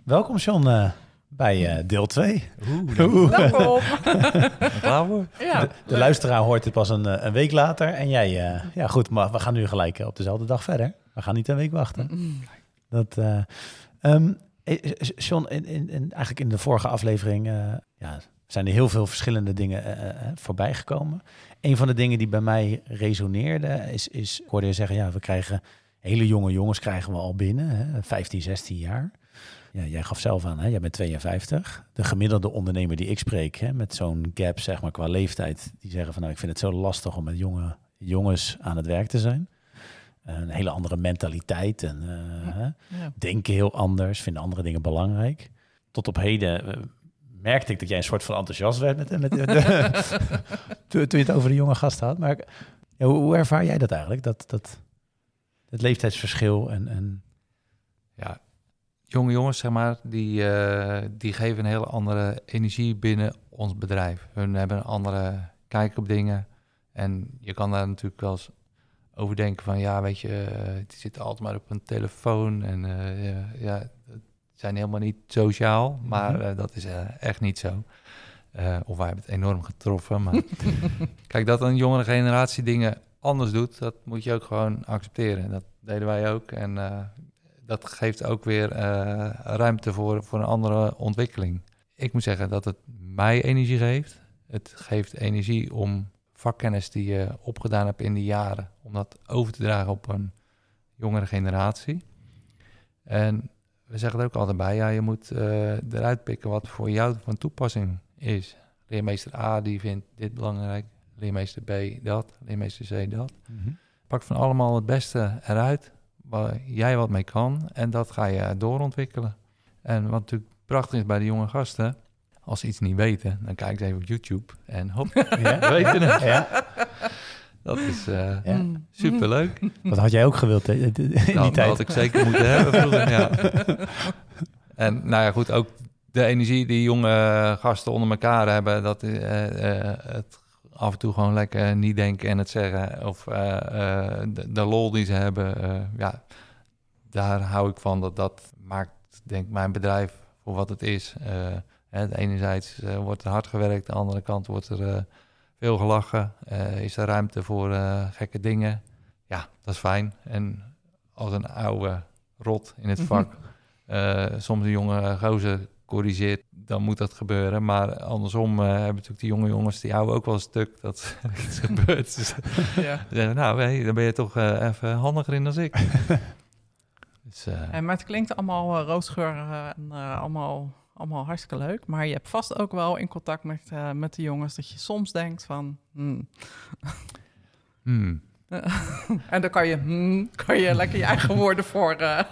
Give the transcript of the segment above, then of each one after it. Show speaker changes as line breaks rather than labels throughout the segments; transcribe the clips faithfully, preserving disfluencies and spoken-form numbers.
Welkom John uh, bij uh, deel twee.
Oeh, Oeh.
Welkom.
Klaar voor?
Ja.
De, de luisteraar hoort het pas een, een week later. En jij, uh, ja goed, maar we gaan nu gelijk uh, op dezelfde dag verder. We gaan niet een week wachten. Mm-hmm. Dat, uh, um, John, in, in, in, eigenlijk in de vorige aflevering uh, ja, zijn er heel veel verschillende dingen uh, uh, voorbij gekomen. Een van de dingen die bij mij resoneerde is, is ik hoorde je zeggen, ja, we krijgen hele jonge jongens krijgen we al binnen, hè, vijftien, zestien jaar. Ja, jij gaf zelf aan, hè, jij bent tweeënvijftig. De gemiddelde ondernemer die ik spreek, hè, met zo'n gap zeg maar qua leeftijd, die zeggen van nou, ik vind het zo lastig om met jonge jongens aan het werk te zijn. Een hele andere mentaliteit en uh, ja. Ja. denken heel anders, vinden andere dingen belangrijk. Tot op heden uh, merkte ik dat jij een soort van enthousiast werd met, met de, de, toen, toen je het over de jonge gasten had. Maar ja, hoe, hoe ervaar jij dat eigenlijk? Dat, dat het leeftijdsverschil en, en...
Ja, jonge jongens, zeg maar, die, uh, die geven een hele andere energie binnen ons bedrijf. Hun hebben een andere kijk op dingen. En je kan daar natuurlijk wel eens over denken van, ja, weet je, uh, die zitten altijd maar op een telefoon. En uh, ja, ja, zijn helemaal niet sociaal, maar uh, dat is uh, echt niet zo. Uh, of wij hebben het enorm getroffen. Maar kijk, dat een jongere generatie dingen anders doet, dat moet je ook gewoon accepteren. Dat deden wij ook. En uh, dat geeft ook weer uh, ruimte voor, voor een andere ontwikkeling. Ik moet zeggen dat het mij energie geeft. Het geeft energie om vakkennis die je opgedaan hebt in die jaren, om dat over te dragen op een jongere generatie. En we zeggen er ook altijd bij, ja, je moet uh, eruit pikken wat voor jou van toepassing is. Leermeester A die vindt dit belangrijk, leermeester B dat, leermeester C dat. Mm-hmm. Pak van allemaal het beste eruit, waar jij wat mee kan, en dat ga je doorontwikkelen. En wat natuurlijk prachtig is bij de jonge gasten, als ze iets niet weten, dan kijken ze even op YouTube en hop, ja, we weten het. Ja. Dat is uh, ja. superleuk.
Dat had jij ook gewild hè, in die
nou,
tijd.
Dat had ik zeker moeten hebben vroeger, ja. En nou ja, goed, ook de energie die jonge gasten onder elkaar hebben, dat uh, uh, het af en toe gewoon lekker niet denken en het zeggen, of uh, uh, de, de lol die ze hebben, uh, ja, daar hou ik van. Dat, dat maakt, denk ik, mijn bedrijf voor wat het is. Uh, hè, enerzijds uh, wordt er hard gewerkt, aan de andere kant wordt er uh, veel gelachen, uh, is er ruimte voor uh, gekke dingen. Ja, dat is fijn. En als een oude rot in het vak uh, soms een jonge gozer corrigeert, dan moet dat gebeuren. Maar andersom uh, hebben natuurlijk die jonge jongens, die houden ook wel een stuk dat iets gebeurt. Dus ja. zeggen, nou, hey, dan ben je toch uh, even handiger in dan ik.
Dus, uh... en, maar het klinkt allemaal uh, roosgeurig en uh, allemaal, allemaal hartstikke leuk. Maar je hebt vast ook wel in contact met, uh, met de jongens dat je soms denkt van... Hmm.
Hmm.
En dan kan je, hmm, kan je lekker je eigen woorden voor... Uh...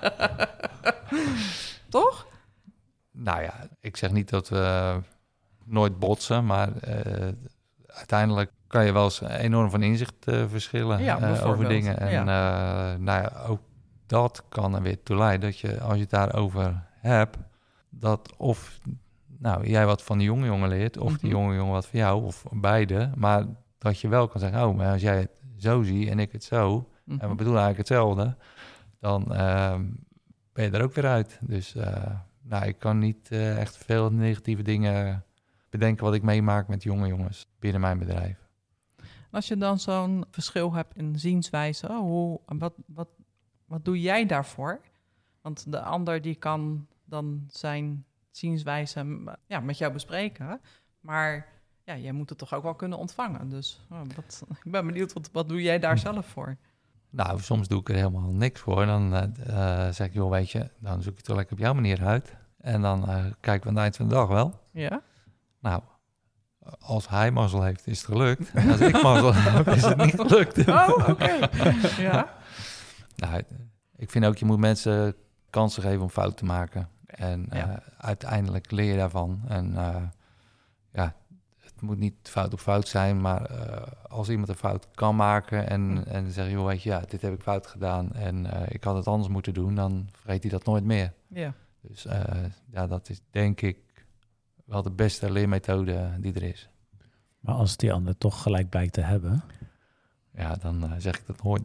Toch?
Nou ja, ik zeg niet dat we nooit botsen, maar uh, uiteindelijk kan je wel eens enorm van inzicht uh, verschillen
ja,
uh, over dingen. En
ja.
uh, nou ja, ook dat kan er weer toe leiden dat je, als je het daarover hebt, dat of nou, jij wat van die jonge jongen leert, of mm-hmm. die jonge jongen wat van jou, of beide, maar dat je wel kan zeggen, oh, maar als jij het zo ziet en ik het zo, mm-hmm. en we bedoelen eigenlijk hetzelfde, dan uh, ben je er ook weer uit. Dus... Uh, Nou, ik kan niet uh, echt veel negatieve dingen bedenken wat ik meemaak met jonge jongens binnen mijn bedrijf.
Als je dan zo'n verschil hebt in zienswijze, hoe, wat, wat, wat doe jij daarvoor? Want de ander die kan dan zijn zienswijze ja, met jou bespreken, maar ja, jij moet het toch ook wel kunnen ontvangen. Dus oh, wat, ik ben benieuwd, wat, wat doe jij daar zelf voor?
Nou, soms doe ik er helemaal niks voor. Dan uh, uh, zeg ik, joh, weet je, dan zoek je het wel lekker op jouw manier uit. En dan uh, kijken we aan het eind van de dag wel.
Ja?
Nou, als hij mazzel heeft, is het gelukt. En als ik mazzel heb, is het niet gelukt.
Oh, oké. Okay. Ja.
Nou, ik vind ook, je moet mensen kansen geven om fout te maken. En uh, ja. uiteindelijk leer je daarvan. En uh, ja, het moet niet fout op fout zijn, maar uh, als iemand een fout kan maken en, mm. en zegt, joh, weet je, ja, dit heb ik fout gedaan en uh, ik had het anders moeten doen, dan vergeet hij dat nooit meer.
Ja.
Dus uh, ja, dat is denk ik wel de beste leermethode die er is.
Maar als die ander toch gelijk blijkt te hebben?
Ja, dan uh, zeg ik dat nooit.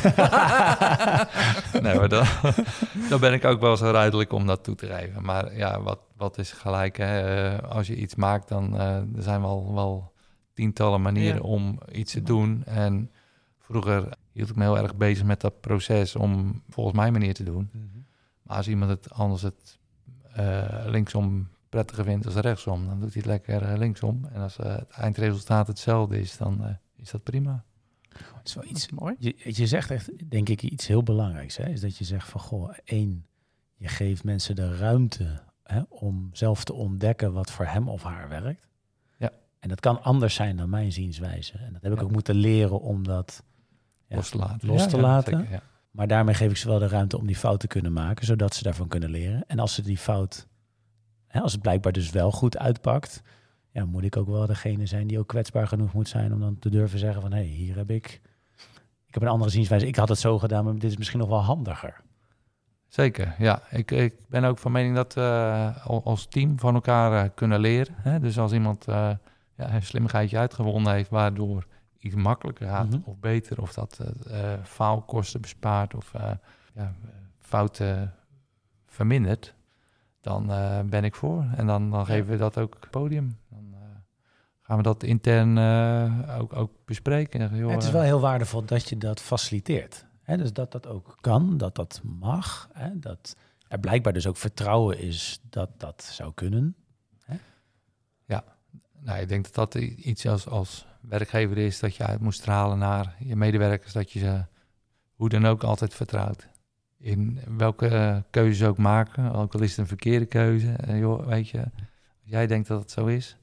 Nee, maar dan, dan ben ik ook wel zo ruidelijk om dat toe te geven. Maar ja, wat, wat is gelijk? Hè? Uh, als je iets maakt, dan uh, er zijn wel, wel tientallen manieren ja. om iets te doen. En vroeger hield ik me heel erg bezig met dat proces om volgens mijn manier te doen. Mm-hmm. Maar als iemand het anders het uh, linksom prettiger vindt als rechtsom, dan doet hij het lekker uh, linksom. En als uh, het eindresultaat hetzelfde is, dan uh, is dat prima.
Het is wel iets mooi. Je, je zegt echt, denk ik, iets heel belangrijks. Hè? Is dat je zegt van, goh, één, je geeft mensen de ruimte hè, om zelf te ontdekken wat voor hem of haar werkt.
Ja.
En dat kan anders zijn dan mijn zienswijze. En dat heb ik
ja.
ook moeten leren om dat ja,
los te laten.
Los te
ja,
laten.
Ja, zeker, ja.
Maar daarmee geef ik ze wel de ruimte om die fout te kunnen maken, zodat ze daarvan kunnen leren. En als ze die fout, hè, als het blijkbaar dus wel goed uitpakt, ja, moet ik ook wel degene zijn die ook kwetsbaar genoeg moet zijn om dan te durven zeggen van, hé, hey, hier heb ik... Ik heb een andere zienswijze. Ik had het zo gedaan, maar dit is misschien nog wel handiger.
Zeker, ja. Ik, ik ben ook van mening dat we uh, als team van elkaar uh, kunnen leren. Hè? Dus als iemand uh, ja, een slimmigheidje uitgevonden heeft, waardoor iets makkelijker gaat mm-hmm. of beter, of dat uh, faalkosten bespaart of uh, ja, fouten vermindert, dan uh, ben ik voor. En dan, dan geven we dat ook podium. Dan uh, gaan we dat intern uh, ook, ook bespreken. En, joh,
het is wel heel waardevol dat je dat faciliteert. Hè? Dus dat dat ook kan, dat dat mag. Hè? Dat er blijkbaar dus ook vertrouwen is dat dat zou kunnen. Hè?
Ja, nou, ik denk dat dat iets als, als werkgever is, dat je uit moet stralen naar je medewerkers, dat je ze hoe dan ook altijd vertrouwt. In welke uh, keuze ze ook maken, ook al is het een verkeerde keuze. En joh, weet je, als jij denkt dat het zo is,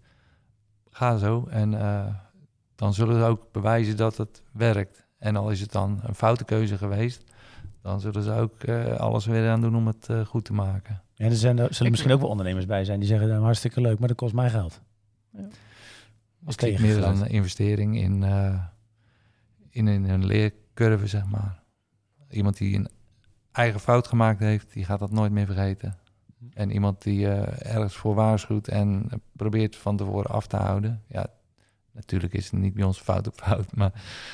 ga zo. En uh, dan zullen ze ook bewijzen dat het werkt. En al is het dan een foute keuze geweest, dan zullen ze ook uh, alles weer aan doen om het uh, goed te maken.
Ja, er zijn, er zullen ik misschien ook wel ondernemers bij zijn die zeggen, nou, hartstikke leuk, maar dat kost mij geld.
Ja. Als het meer dan een investering in, uh, in, in een leercurve, zeg maar. Iemand die een eigen fout gemaakt heeft, die gaat dat nooit meer vergeten. En iemand die uh, ergens voor waarschuwt en uh, probeert van tevoren af te houden. Ja, natuurlijk is het niet bij ons fout op fout, maar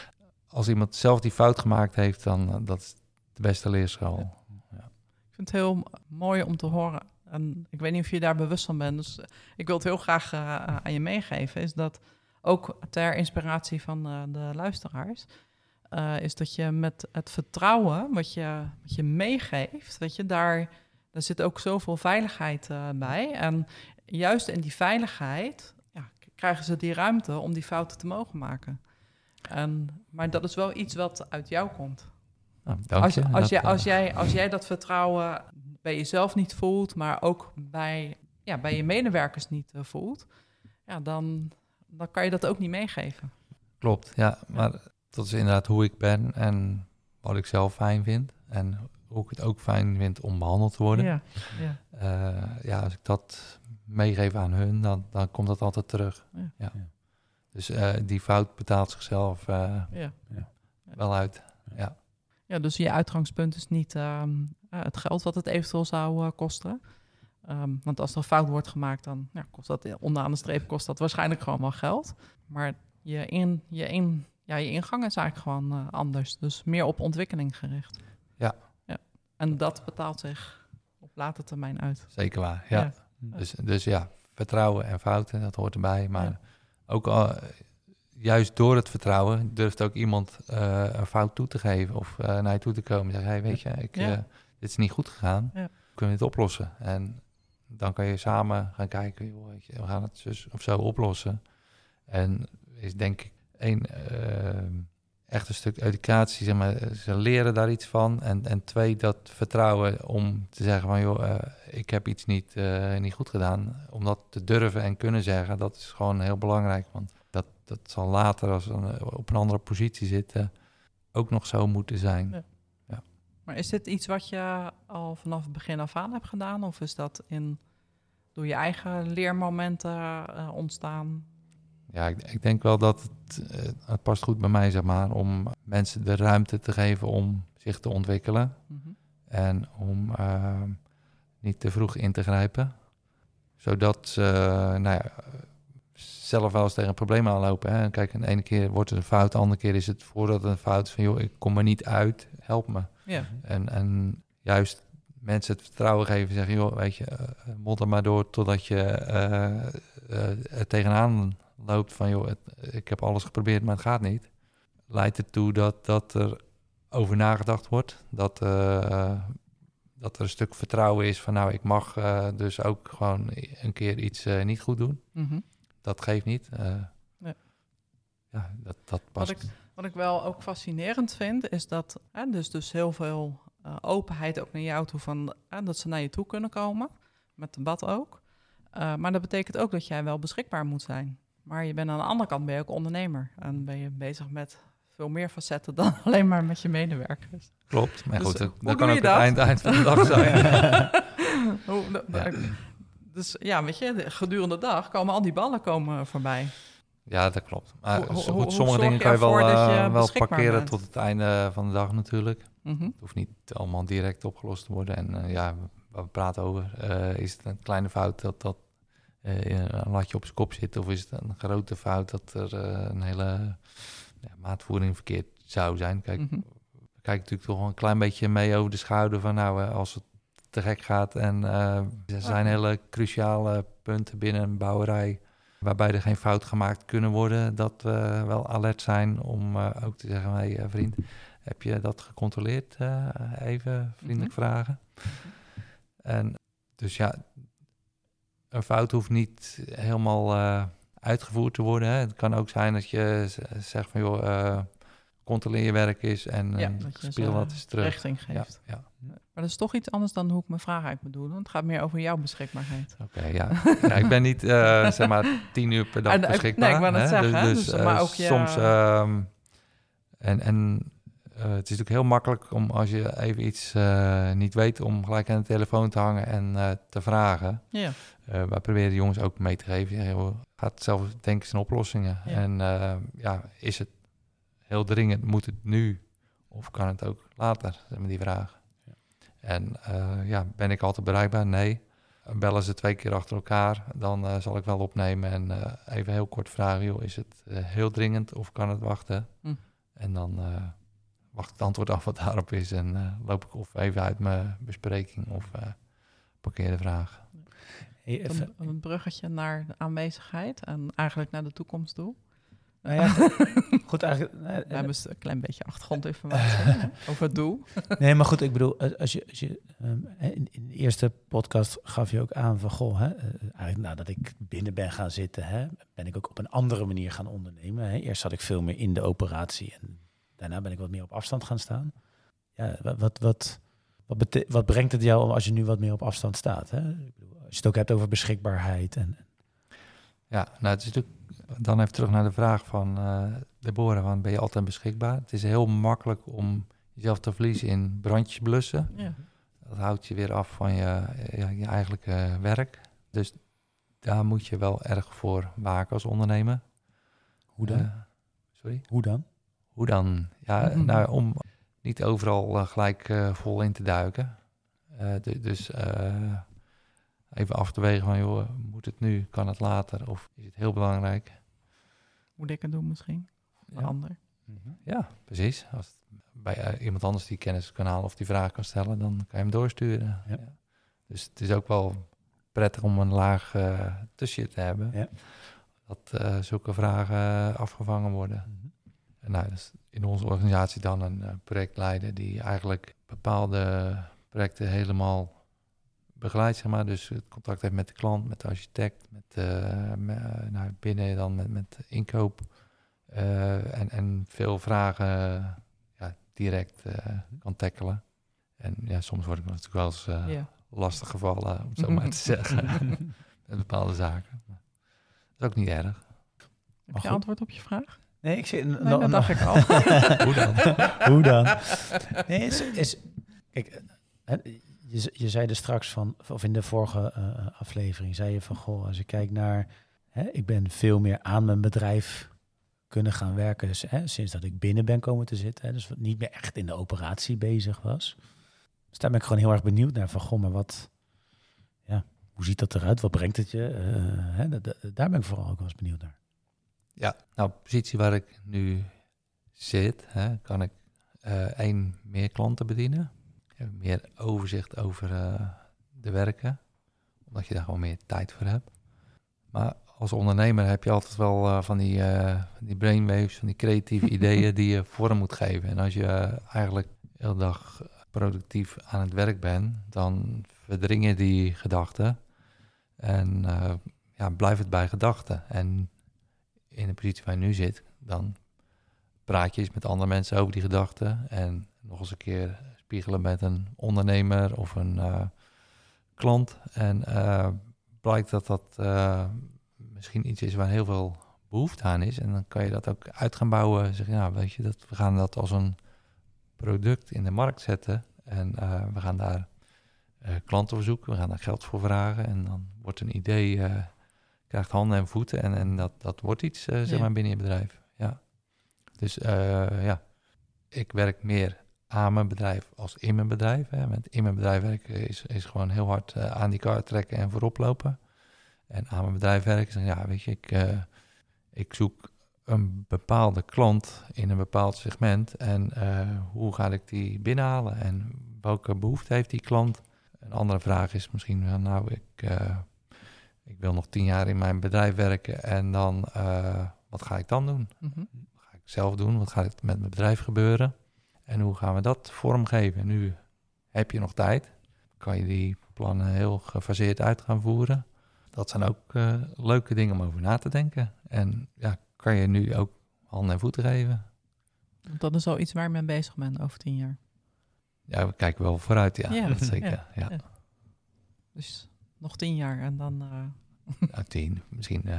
als iemand zelf die fout gemaakt heeft, dan uh, dat is de beste leerschool. Ja. Ja.
Ik vind het heel mooi om te horen. En ik weet niet of je daar bewust van bent. Dus ik wil het heel graag uh, aan je meegeven. Is dat ook ter inspiratie van uh, de luisteraars. Uh, is dat je met het vertrouwen wat je, wat je meegeeft, weet je, daar, daar zit ook zoveel veiligheid uh, bij. En juist in die veiligheid ja, krijgen ze die ruimte om die fouten te mogen maken. En, maar dat is wel iets wat uit jou komt.
Nou, dank je.
Als, als,
dat,
jij, als, jij, als jij dat vertrouwen bij jezelf niet voelt, maar ook bij, ja, bij je medewerkers niet uh, voelt, ja, dan, dan kan je dat ook niet meegeven.
Klopt, ja. Maar dat is inderdaad hoe ik ben en wat ik zelf fijn vind. En hoe ik het ook fijn vind om behandeld te worden.
Ja, ja.
Uh, ja, als ik dat meegeef aan hun, dan, dan komt dat altijd terug.
Ja.
Ja. Ja. Dus uh, die fout betaalt zichzelf uh,
ja.
wel uit. Ja.
Ja, dus je uitgangspunt is niet um, uh, het geld wat het eventueel zou uh, kosten. Um, want als er een fout wordt gemaakt, dan ja, kost dat onderaan de streep kost dat waarschijnlijk gewoon wel geld. Maar je, in, je, in, ja, je ingang is eigenlijk gewoon uh, anders. Dus meer op ontwikkeling gericht.
Ja.
ja. En dat betaalt zich op latere termijn uit.
Zeker waar, ja. ja. Dus, dus ja, vertrouwen en fouten, dat hoort erbij. Maar ja. ook al, juist door het vertrouwen durft ook iemand uh, een fout toe te geven of uh, naar je toe te komen en zeggen, hey, weet je, ik, ja. uh, dit is niet goed gegaan, ja. kunnen we dit oplossen? En dan kan je samen gaan kijken, joh, weet je, we gaan het dus of zo oplossen. En is denk ik één uh, echt een stuk educatie, zeg maar, ze leren daar iets van. En, en twee, dat vertrouwen om te zeggen van, joh, uh, ik heb iets niet, uh, niet goed gedaan. Om dat te durven en kunnen zeggen, dat is gewoon heel belangrijk, want dat, dat zal later, als we op een andere positie zitten, ook nog zo moeten zijn. Ja. Ja.
Maar is dit iets wat je al vanaf het begin af aan hebt gedaan? Of is dat in, door je eigen leermomenten uh, ontstaan?
Ja, ik, ik denk wel dat het, uh, het past goed bij mij, zeg maar, om mensen de ruimte te geven om zich te ontwikkelen. Mm-hmm. En om uh, niet te vroeg in te grijpen. Zodat ze, uh, nou ja, zelf wel eens tegen een probleem aanlopen. Hè? En kijk, de ene keer wordt het een fout, de andere keer is het voordat het een fout is van, joh, ik kom er niet uit, help me.
Ja.
En, en juist mensen het vertrouwen geven, zeggen, joh, weet je, uh, modder maar door totdat je uh, uh, er tegenaan loopt van, joh, het, ik heb alles geprobeerd, maar het gaat niet. Leidt ertoe dat, dat er over nagedacht wordt, dat, uh, dat er een stuk vertrouwen is van, nou, ik mag uh, dus ook gewoon een keer iets uh, niet goed doen.
Mm-hmm.
Dat geeft niet. Uh,
nee.
Ja, dat, dat past.
Wat ik, wat ik wel ook fascinerend vind, is dat hè, dus, dus heel veel uh, openheid ook naar jou toe, van, uh, dat ze naar je toe kunnen komen, met de bad ook. Uh, maar dat betekent ook dat jij wel beschikbaar moet zijn. Maar je bent aan de andere kant ben je ook ondernemer. En ben je bezig met veel meer facetten dan alleen maar met je medewerkers.
Klopt, maar
dus,
goed, dat,
dat
kan ook
dat?
het eind, eind van de dag zijn.
hoe, ja. Dus ja, weet je, gedurende de dag komen al die ballen komen voorbij.
Ja, dat klopt. Maar
hoe,
goed,
hoe,
sommige
hoe
dingen kan je wel,
je
uh, wel parkeren
bent?
tot het einde van de dag natuurlijk.
Mm-hmm.
Het hoeft niet allemaal direct opgelost te worden. En uh, ja, waar we praten over, uh, is het een kleine fout dat dat uh, een latje op zijn kop zit, of is het een grote fout dat er uh, een hele ja, maatvoering verkeerd zou zijn? Kijk,
mm-hmm.
we kijken natuurlijk toch wel een klein beetje mee over de schouder van, nou, uh, als het te gek gaat en uh, er zijn hele cruciale punten binnen een bouwerij waarbij er geen fout gemaakt kunnen worden, dat we wel alert zijn om uh, ook te zeggen, hey, uh, vriend, heb je dat gecontroleerd? Uh, even vriendelijk mm-hmm. vragen. En dus ja, een fout hoeft niet helemaal uh, uitgevoerd te worden. Hè. Het kan ook zijn dat je zegt van, joh, uh, controleer je werk is en
ja,
uh,
dat je
speel dat eens terug.
Richting geeft.
Ja, ja.
Maar dat is toch iets anders dan hoe ik mijn vraag eigenlijk bedoel. Want het gaat meer over jouw beschikbaarheid.
Oké, okay, ja. ja. Ik ben niet, uh, zeg maar, tien uur per dag en, beschikbaar.
Nee, ik wou net
hè?
zeggen.
Dus,
dus,
uh,
maar ook je...
soms... Uh, en en uh, het is natuurlijk heel makkelijk om als je even iets uh, niet weet, om gelijk aan de telefoon te hangen en uh, te vragen.
Ja.
Uh, wij proberen de jongens ook mee te geven. Ja, joh, gaat zelf denken in oplossingen. Ja. En uh, ja, is het heel dringend? Moet het nu? Of kan het ook later? Zeg maar die vraag. Ja. En uh, ja, ben ik altijd bereikbaar? Nee. Bellen ze twee keer achter elkaar, dan uh, zal ik wel opnemen en uh, even heel kort vragen, joh, is het uh, heel dringend of kan het wachten? Hm. En dan uh, wacht het antwoord af wat daarop is en uh, loop ik of even uit mijn bespreking of uh, parkeer de vraag.
Hey, even...
een, een bruggetje naar de aanwezigheid en eigenlijk naar de toekomst toe.
Nou ja, goed, eigenlijk...
We hebben dus een klein beetje achtergrondinformatie over het doel.
Nee, maar goed, ik bedoel, als je, als je um, in, in de eerste podcast gaf je ook aan van, goh, hè, eigenlijk nadat ik binnen ben gaan zitten, hè, ben ik ook op een andere manier gaan ondernemen. Hè. Eerst zat ik veel meer in de operatie en daarna ben ik wat meer op afstand gaan staan. Ja, wat, wat, wat, wat, bete- wat brengt het jou als je nu wat meer op afstand staat? Hè? Ik bedoel, als je het ook hebt over beschikbaarheid. En...
Ja, nou, het is natuurlijk... Dan even terug naar de vraag van uh, Deborah, van ben je altijd beschikbaar? Het is heel makkelijk om jezelf te verliezen in brandjes blussen. Ja. Dat houdt je weer af van je, je, je eigenlijke werk. Dus daar moet je wel erg voor waken als ondernemer.
Hoe dan? Uh,
sorry?
Hoe dan?
Hoe dan? Ja, mm-hmm. nou, om niet overal uh, gelijk uh, vol in te duiken. Uh, d- dus... Uh, Even af te wegen van, joh, moet het nu, kan het later? Of is het heel belangrijk?
Moet ik het doen misschien? Of een
ja.
ander?
Mm-hmm. Ja, precies. Als het bij uh, iemand anders die kennis kan halen of die vraag kan stellen, dan kan je hem doorsturen. Ja. Ja. Dus het is ook wel prettig om een laag uh, tussen je te hebben. Ja. Dat uh, zulke vragen afgevangen worden. Mm-hmm. En nou, dus in onze organisatie dan een uh, projectleider die eigenlijk bepaalde projecten helemaal begeleid, zeg maar, dus het contact heeft met de klant, met de architect, met, uh, met uh, nou, binnen dan met, met inkoop uh, en, en veel vragen uh, ja, direct uh, kan tackelen. En ja, soms word ik natuurlijk wel eens uh, yeah. lastig gevallen, om het zo maar te zeggen, met bepaalde zaken. Maar dat is ook niet erg.
Heb je antwoord op je vraag?
Nee, ik zie...
Nee, no, dat no. dacht ik al.
Hoe dan? Hoe dan? Nee, is... is kijk... Uh, Je, je zei er straks van, of in de vorige uh, aflevering, zei je van, goh, als ik kijk naar, hè, ik ben veel meer aan mijn bedrijf kunnen gaan werken, dus, hè, sinds dat ik binnen ben komen te zitten, hè, dus wat niet meer echt in de operatie bezig was. Dus daar ben ik gewoon heel erg benieuwd naar, van, goh, maar wat, ja, hoe ziet dat eruit? Wat brengt het je? Uh, hè, d- d- daar ben ik vooral ook wel eens benieuwd naar.
Ja, nou, de positie waar ik nu zit, hè, kan ik uh, één, meer klanten bedienen. Meer overzicht over uh, de werken, omdat je daar gewoon meer tijd voor hebt. Maar als ondernemer heb je altijd wel uh, van, die, uh, van die brainwaves, van die creatieve ideeën die je vorm moet geven. En als je uh, eigenlijk de hele dag productief aan het werk bent, dan verdringen die gedachten en uh, ja, blijf het bij gedachten. En in de positie waar je nu zit, dan praat je eens met andere mensen over die gedachten en nog eens een keer spiegelen met een ondernemer of een uh, klant. En uh, blijkt dat dat uh, misschien iets is waar heel veel behoefte aan is. En dan kan je dat ook uit gaan bouwen. Zeg, ja, weet je, dat, we gaan dat als een product in de markt zetten. En uh, we gaan daar uh, klanten voor zoeken. We gaan daar geld voor vragen. En dan wordt een idee, uh, krijgt handen en voeten. En, en dat, dat wordt iets, uh, zeg ja. maar, binnen je bedrijf. Ja. Dus uh, ja, ik werk meer aan mijn bedrijf als in mijn bedrijf. Hè. Met in mijn bedrijf werken is, is gewoon heel hard uh, aan die kar trekken en voorop lopen. En aan mijn bedrijf werken, zeg, ja, weet je, ik, uh, ik zoek een bepaalde klant in een bepaald segment. En uh, hoe ga ik die binnenhalen? En welke behoefte heeft die klant? Een andere vraag is misschien, nou, ik, uh, ik wil nog tien jaar in mijn bedrijf werken. En dan, uh, wat ga ik dan doen?
Mm-hmm.
Wat ga ik zelf doen? Wat gaat met mijn bedrijf gebeuren? En hoe gaan we dat vormgeven? En nu heb je nog tijd. Kan je die plannen heel gefaseerd uit gaan voeren. Dat zijn ook uh, leuke dingen om over na te denken. En ja, kan je nu ook handen en voeten geven.
Dat is al iets waar je mee bezig bent over tien jaar.
Ja, we kijken wel vooruit, ja.
ja
Dat zeker,
ja,
ja.
ja. Dus nog tien jaar en dan... Uh...
Ja, tien, misschien uh,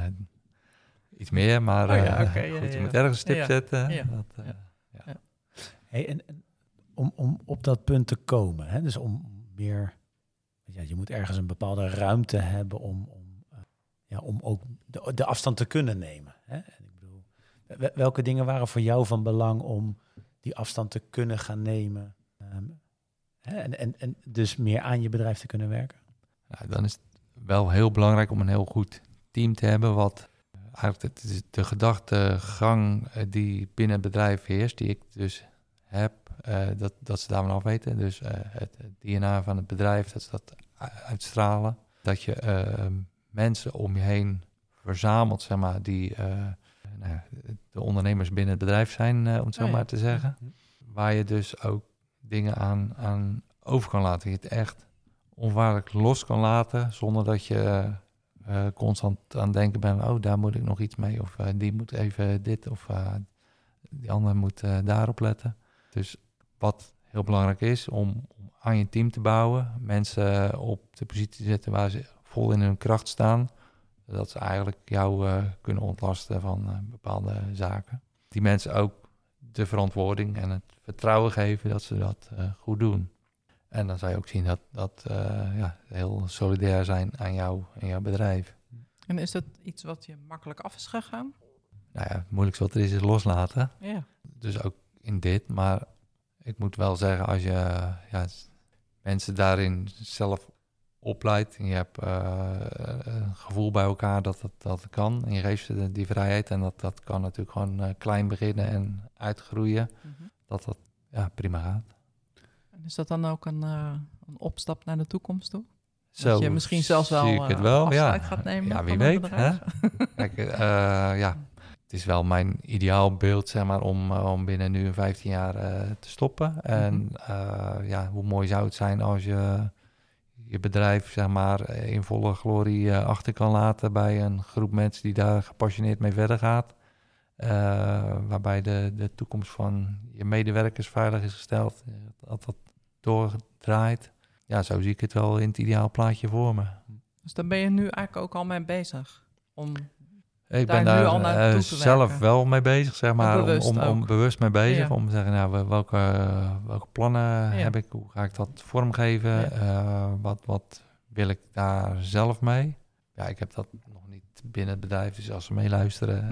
iets meer, maar uh, oh ja, okay, goed, ja, ja. je moet ergens een stip ja, zetten. Ja. Dat, uh, ja. Ja.
Ja. Hey, en, en om, om op dat punt te komen, hè, dus om meer... Ja, je moet ergens een bepaalde ruimte hebben om, om, uh, ja, om ook de, de afstand te kunnen nemen. Hè? En ik bedoel, welke dingen waren voor jou van belang om die afstand te kunnen gaan nemen? Um, hè? En, en, en dus meer aan je bedrijf te kunnen werken?
Ja, dan is het wel heel belangrijk om een heel goed team te hebben. Wat eigenlijk de, de gedachtegang die binnen het bedrijf heerst, die ik dus heb, uh, dat, dat ze daarvan af weten. Dus uh, het, het D N A van het bedrijf, dat ze dat uitstralen. Dat je uh, mensen om je heen verzamelt, zeg maar, die uh, nou ja, de ondernemers binnen het bedrijf zijn, uh, om het zo oh ja. maar te zeggen. Waar je dus ook dingen aan, aan over kan laten. Je het echt onwaarlijk los kan laten, zonder dat je uh, constant aan het denken bent, oh, daar moet ik nog iets mee. Of uh, die moet even dit, of uh, die ander moet uh, daarop letten. Dus wat heel belangrijk is om, om aan je team te bouwen, mensen op de positie te zetten waar ze vol in hun kracht staan, zodat ze eigenlijk jou uh, kunnen ontlasten van uh, bepaalde zaken. Die mensen ook de verantwoording en het vertrouwen geven dat ze dat uh, goed doen. En dan zou je ook zien dat, dat uh, ja, heel solidair zijn aan jou en jouw bedrijf.
En is dat iets wat je makkelijk af is gegaan?
Nou ja, het moeilijkste wat er is, is loslaten.
Ja. Dus
ook in dit, maar ik moet wel zeggen, als je ja, mensen daarin zelf opleidt en je hebt uh, een gevoel bij elkaar dat dat, dat kan en je geeft ze die vrijheid en dat, dat kan natuurlijk gewoon uh, klein beginnen en uitgroeien, mm-hmm. dat dat ja, prima gaat.
En is dat dan ook een, uh, een opstap naar de toekomst toe?
Zo
dat je misschien zelfs wel,
zie ik het wel,
afscheid
ja.
gaat nemen?
Ja, wie weet. Hè? Kijk, uh, ja. Het is wel mijn ideaalbeeld, zeg maar, om, uh, om binnen nu vijftien jaar uh, te stoppen. Mm-hmm. En uh, ja, hoe mooi zou het zijn als je je bedrijf, zeg maar, in volle glorie uh, achter kan laten bij een groep mensen die daar gepassioneerd mee verder gaat. Uh, waarbij de, de toekomst van je medewerkers veilig is gesteld, dat dat doordraait. Ja, zo zie ik het wel in het ideaal plaatje voor me.
Dus daar ben je nu eigenlijk ook al mee bezig? Om
ik
daar
ben daar
nu al naartoe
uh,
te
zelf
werken.
wel mee bezig, zeg maar,
bewust
om, om, om bewust mee bezig. Ja. Om te zeggen, nou, welke, welke plannen ja. heb ik? Hoe ga ik dat vormgeven? Ja. Uh, wat, wat wil ik daar zelf mee? Ja, ik heb dat nog niet binnen het bedrijf, dus als ze meeluisteren,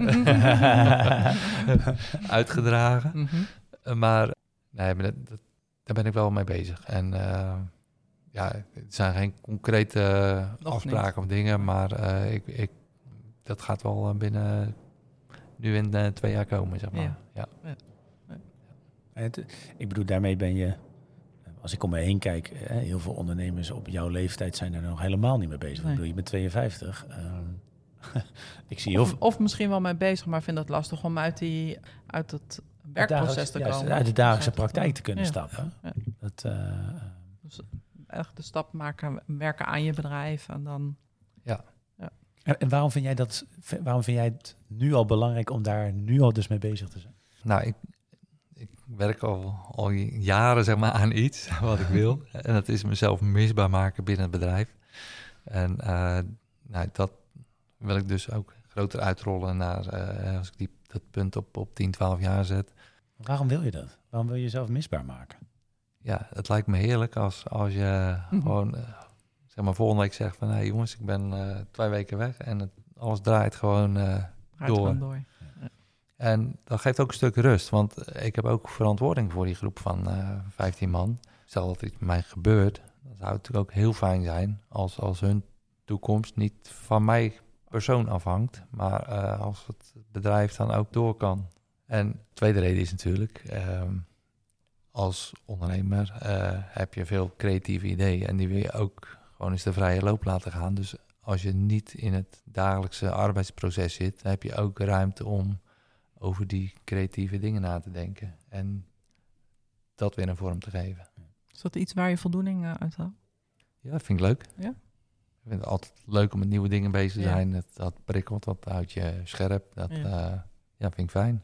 uitgedragen. Mm-hmm. Uh, maar nee, dat, dat, daar ben ik wel mee bezig. En uh, ja, het zijn geen concrete uh,
Nog
afspraken
niet.
of dingen, maar uh, ik, ik, dat gaat wel binnen nu in uh, twee jaar komen, zeg maar.
Ja.
Ja.
Ja.
Ja. Het, ik bedoel, daarmee ben je, als ik om me heen kijk, hè, heel veel ondernemers op jouw leeftijd zijn er nog helemaal niet mee bezig. Nee. Ik bedoel, je bent tweeënvijftig. Um, ik zie
of,
heel...
of misschien wel mee bezig, maar vind het lastig om uit, die, uit het werkproces te komen.
Ja, uit de dagelijkse
dus
praktijk te kunnen
ja.
stappen.
Ja.
Dat, uh,
dus echt de stap maken, werken aan je bedrijf en dan...
Ja.
ja. En, en waarom vind jij dat? Waarom vind jij het nu al belangrijk om daar nu al dus mee bezig te zijn?
Nou, ik, ik werk al, al jaren zeg maar aan iets wat ik wil. En dat is mezelf misbaar maken binnen het bedrijf. En uh, nou, dat wil ik dus ook groter uitrollen naar, uh, als ik die, dat punt op, op tien, twaalf jaar zet.
Waarom wil je dat? Waarom wil je jezelf misbaar maken?
Ja, het lijkt me heerlijk als, als je mm-hmm. gewoon, uh, zeg maar, volgende week zegt van... hé hey jongens, ik ben uh, twee weken weg en het, alles draait gewoon uh, door.
door. Ja.
En dat geeft ook een stuk rust, want ik heb ook verantwoording voor die groep van uh, vijftien man. Stel dat er iets met mij gebeurt, dan zou het natuurlijk ook heel fijn zijn als, als hun toekomst niet van mij persoon afhangt, maar uh, als het bedrijf dan ook door kan. En de tweede reden is natuurlijk, uh, als ondernemer uh, heb je veel creatieve ideeën en die wil je ook gewoon eens de vrije loop laten gaan. Dus als je niet in het dagelijkse arbeidsproces zit, dan heb je ook ruimte om over die creatieve dingen na te denken en dat weer een vorm te geven.
Is dat iets waar je voldoening uh, uit haalt?
Ja, dat vind ik leuk.
Ja?
Ik vind het altijd leuk om met nieuwe dingen bezig te
ja.
zijn. Dat, dat prikkelt, dat houdt je scherp. Dat ja. Uh, ja, vind ik fijn.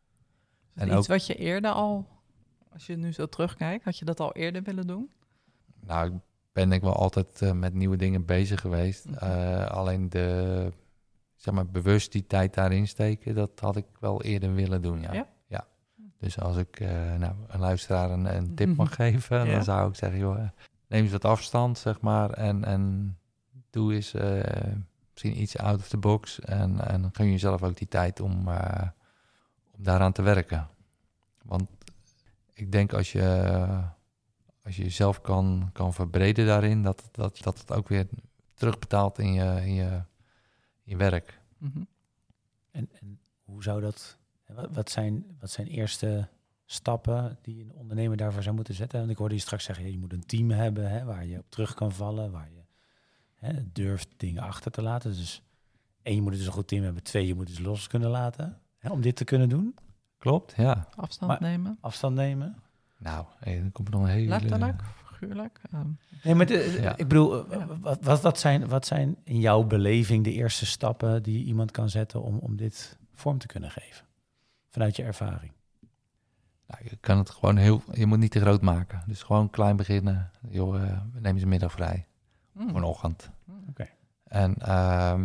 En iets ook, wat je eerder al, als je nu zo terugkijkt, had je dat al eerder willen doen?
Nou, ik ben denk ik wel altijd uh, met nieuwe dingen bezig geweest. Okay. Uh, alleen de, zeg maar, bewust die tijd daarin steken, dat had ik wel eerder willen doen, ja.
Ja?
Ja. Dus als ik uh, nou, een luisteraar een, een tip mag geven, ja. dan zou ik zeggen, joh, neem eens wat afstand, zeg maar, en, en doe eens uh, misschien iets out of the box en, en gun jezelf ook die tijd om, uh, om daaraan te werken. Want ik denk als je, uh, als je jezelf kan, kan verbreden daarin, dat, dat, dat het ook weer terugbetaalt in je, in je, in je werk.
Mm-hmm. En, en hoe zou dat, wat, wat, zijn, wat zijn eerste stappen die een ondernemer daarvoor zou moeten zetten? Want ik hoorde je straks zeggen, ja, je moet een team hebben, hè, waar je op terug kan vallen, waar je hè, durft dingen achter te laten. Dus één, je moet dus een goed team hebben. Twee, je moet dus los kunnen laten, hè, om dit te kunnen doen.
Klopt, ja.
Afstand maar, nemen.
Afstand nemen.
Nou, hey, dan komt er nog een hele...
Letterlijk, figuurlijk. Um.
Nee, maar de, ja. ik bedoel, ja. wat, wat, wat, zijn, wat zijn in jouw beleving de eerste stappen die iemand kan zetten om, om dit vorm te kunnen geven? Vanuit je ervaring.
Nou, je kan het gewoon heel... Je moet niet te groot maken. Dus gewoon klein beginnen. Joh, uh, neem eens een middag vrij. Mm. Of een ochtend.
Mm. Oké. Okay.
En uh,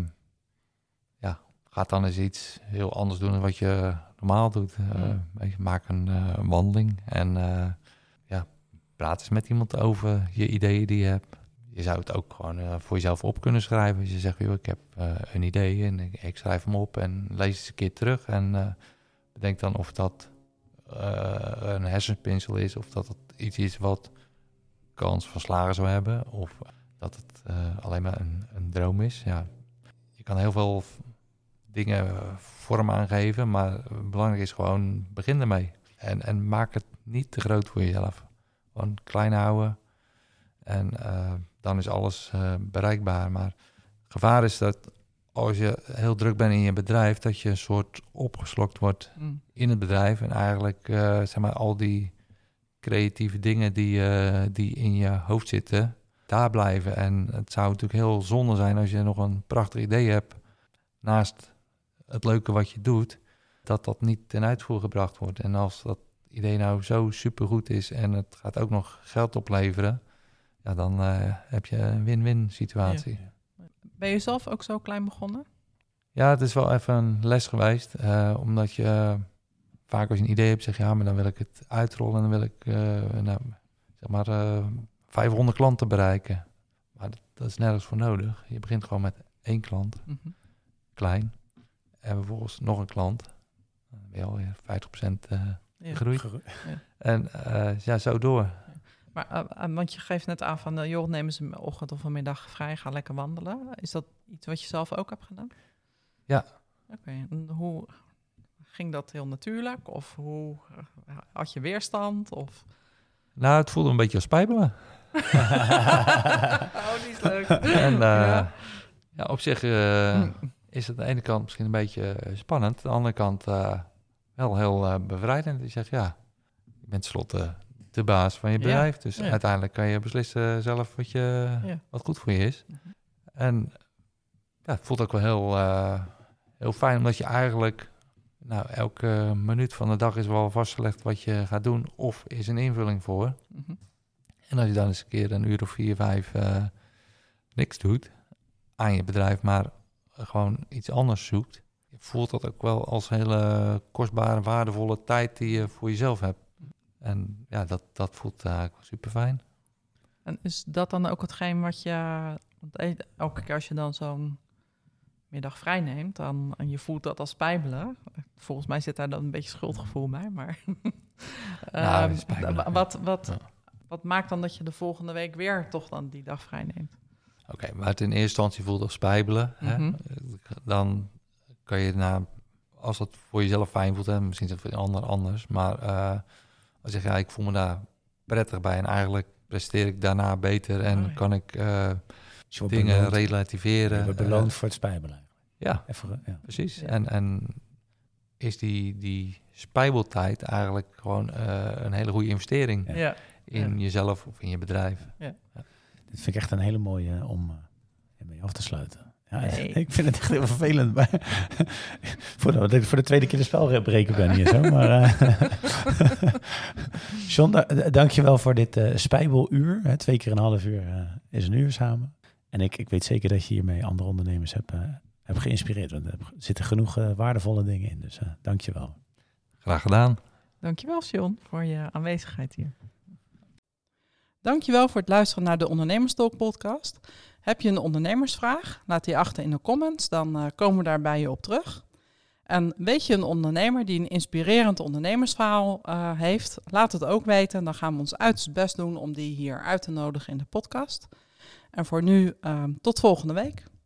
ja, ga dan eens iets heel anders doen dan wat je normaal doet. Uh, mm. Maak een uh, wandeling en uh, ja, praat eens met iemand over je ideeën die je hebt. Je zou het ook gewoon uh, voor jezelf op kunnen schrijven. Als je zegt, joh, ik heb uh, een idee en ik, ik schrijf hem op en lees eens een keer terug. En uh, bedenk dan of dat uh, een hersenspinsel is of dat het iets is wat kans van slagen zou hebben. Of dat het uh, alleen maar een, een droom is. Ja, je kan heel veel dingen vorm aangeven, maar belangrijk is gewoon, begin ermee. En, en maak het niet te groot voor jezelf. Gewoon klein houden. En uh, dan is alles uh, bereikbaar. Maar het gevaar is dat als je heel druk bent in je bedrijf, dat je een soort opgeslokt wordt mm. in het bedrijf. En eigenlijk, uh, zeg maar, al die creatieve dingen die, uh, die in je hoofd zitten, daar blijven. En het zou natuurlijk heel zonde zijn als je nog een prachtig idee hebt naast het leuke wat je doet, dat dat niet ten uitvoer gebracht wordt. En als dat idee nou zo supergoed is en het gaat ook nog geld opleveren, ja, dan uh, heb je een win-win situatie.
Ja. Ben je zelf ook zo klein begonnen?
Ja, het is wel even een les geweest, uh, omdat je uh, vaak als je een idee hebt, zeg je, ja, maar dan wil ik het uitrollen en dan wil ik, uh, nou, zeg maar, uh, vijfhonderd klanten bereiken. Maar dat, dat is nergens voor nodig. Je begint gewoon met één klant, mm-hmm. klein. En vervolgens nog een klant. Dan ben je alweer vijftig procent uh, ja. gegroeid. Ja. En uh, ja, zo door. Ja.
Maar, uh, want je geeft net aan van, uh, joh, neem eens een ochtend of een middag vrij, ga lekker wandelen. Is dat iets wat je zelf ook hebt gedaan?
Ja.
Oké, okay. En hoe ging dat heel natuurlijk? Of hoe uh, had je weerstand? Of...
Nou, het voelde een beetje als spijbelen.
Oh, die is leuk.
En uh,
ja.
ja, op zich uh, is het aan de ene kant misschien een beetje spannend. Aan de andere kant uh, wel heel uh, bevrijdend. Je zegt, ja, je bent tenslotte de baas van je bedrijf. Ja. Dus ja. uiteindelijk kan je beslissen zelf wat, je, ja. wat goed voor je is. Mm-hmm. En ja, het voelt ook wel heel, uh, heel fijn, omdat je eigenlijk... Nou, elke minuut van de dag is wel vastgelegd wat je gaat doen. Of is een invulling voor. Mm-hmm. En als je dan eens een keer een uur of vier, vijf uh, niks doet aan je bedrijf, maar gewoon iets anders zoekt, voelt dat ook wel als hele kostbare, waardevolle tijd die je voor jezelf hebt. En ja, dat, dat voelt eigenlijk uh, super fijn.
En is dat dan ook hetgeen wat je... Want elke keer als je dan zo'n middag vrij neemt, dan, en je voelt dat als spijbelen. Volgens mij zit daar dan een beetje schuldgevoel bij, maar...
nou,
uh, wat, wat, ja. wat maakt dan dat je de volgende week weer toch dan die dag vrij neemt?
Oké, okay, maar het in eerste instantie voelt als spijbelen. Mm-hmm. Hè? Dan kan je, nou, als dat voor jezelf fijn voelt, hè, misschien is het voor een ander anders, maar uh, als je zegt, ja, ik voel me daar prettig bij en eigenlijk presteer ik daarna beter en oh, ja. kan ik uh, dingen beloond. relativeren.
Je wordt beloond uh, voor het spijbelen.
Ja, Even, ja. precies. Ja. En, en is die, die spijbeltijd eigenlijk gewoon uh, een hele goede investering
ja.
in ja. jezelf of in je bedrijf.
Ja.
Ja. Dit vind ik echt een hele mooie uh, om uh, mee af te sluiten. Ja, nee. Ik vind het echt heel vervelend. Maar voordat ik voor de tweede keer de spel breken ben hier zo. Maar, uh, John, da- dank je wel voor dit uh, spijbeluur. Hè, twee keer een half uur uh, is een uur samen. En ik, ik weet zeker dat je hiermee andere ondernemers hebt, uh, hebt geïnspireerd. Want er zitten genoeg uh, waardevolle dingen in. Dus uh, dank je wel.
Graag gedaan.
Dank je wel, John, voor je aanwezigheid hier. Dank je wel voor het luisteren naar de Ondernemerstalk podcast. Heb je een ondernemersvraag? Laat die achter in de comments, dan uh, komen we daar bij je op terug. En weet je een ondernemer die een inspirerend ondernemersverhaal uh, heeft? Laat het ook weten, dan gaan we ons uiterst best doen om die hier uit te nodigen in de podcast. En voor nu, uh, tot volgende week.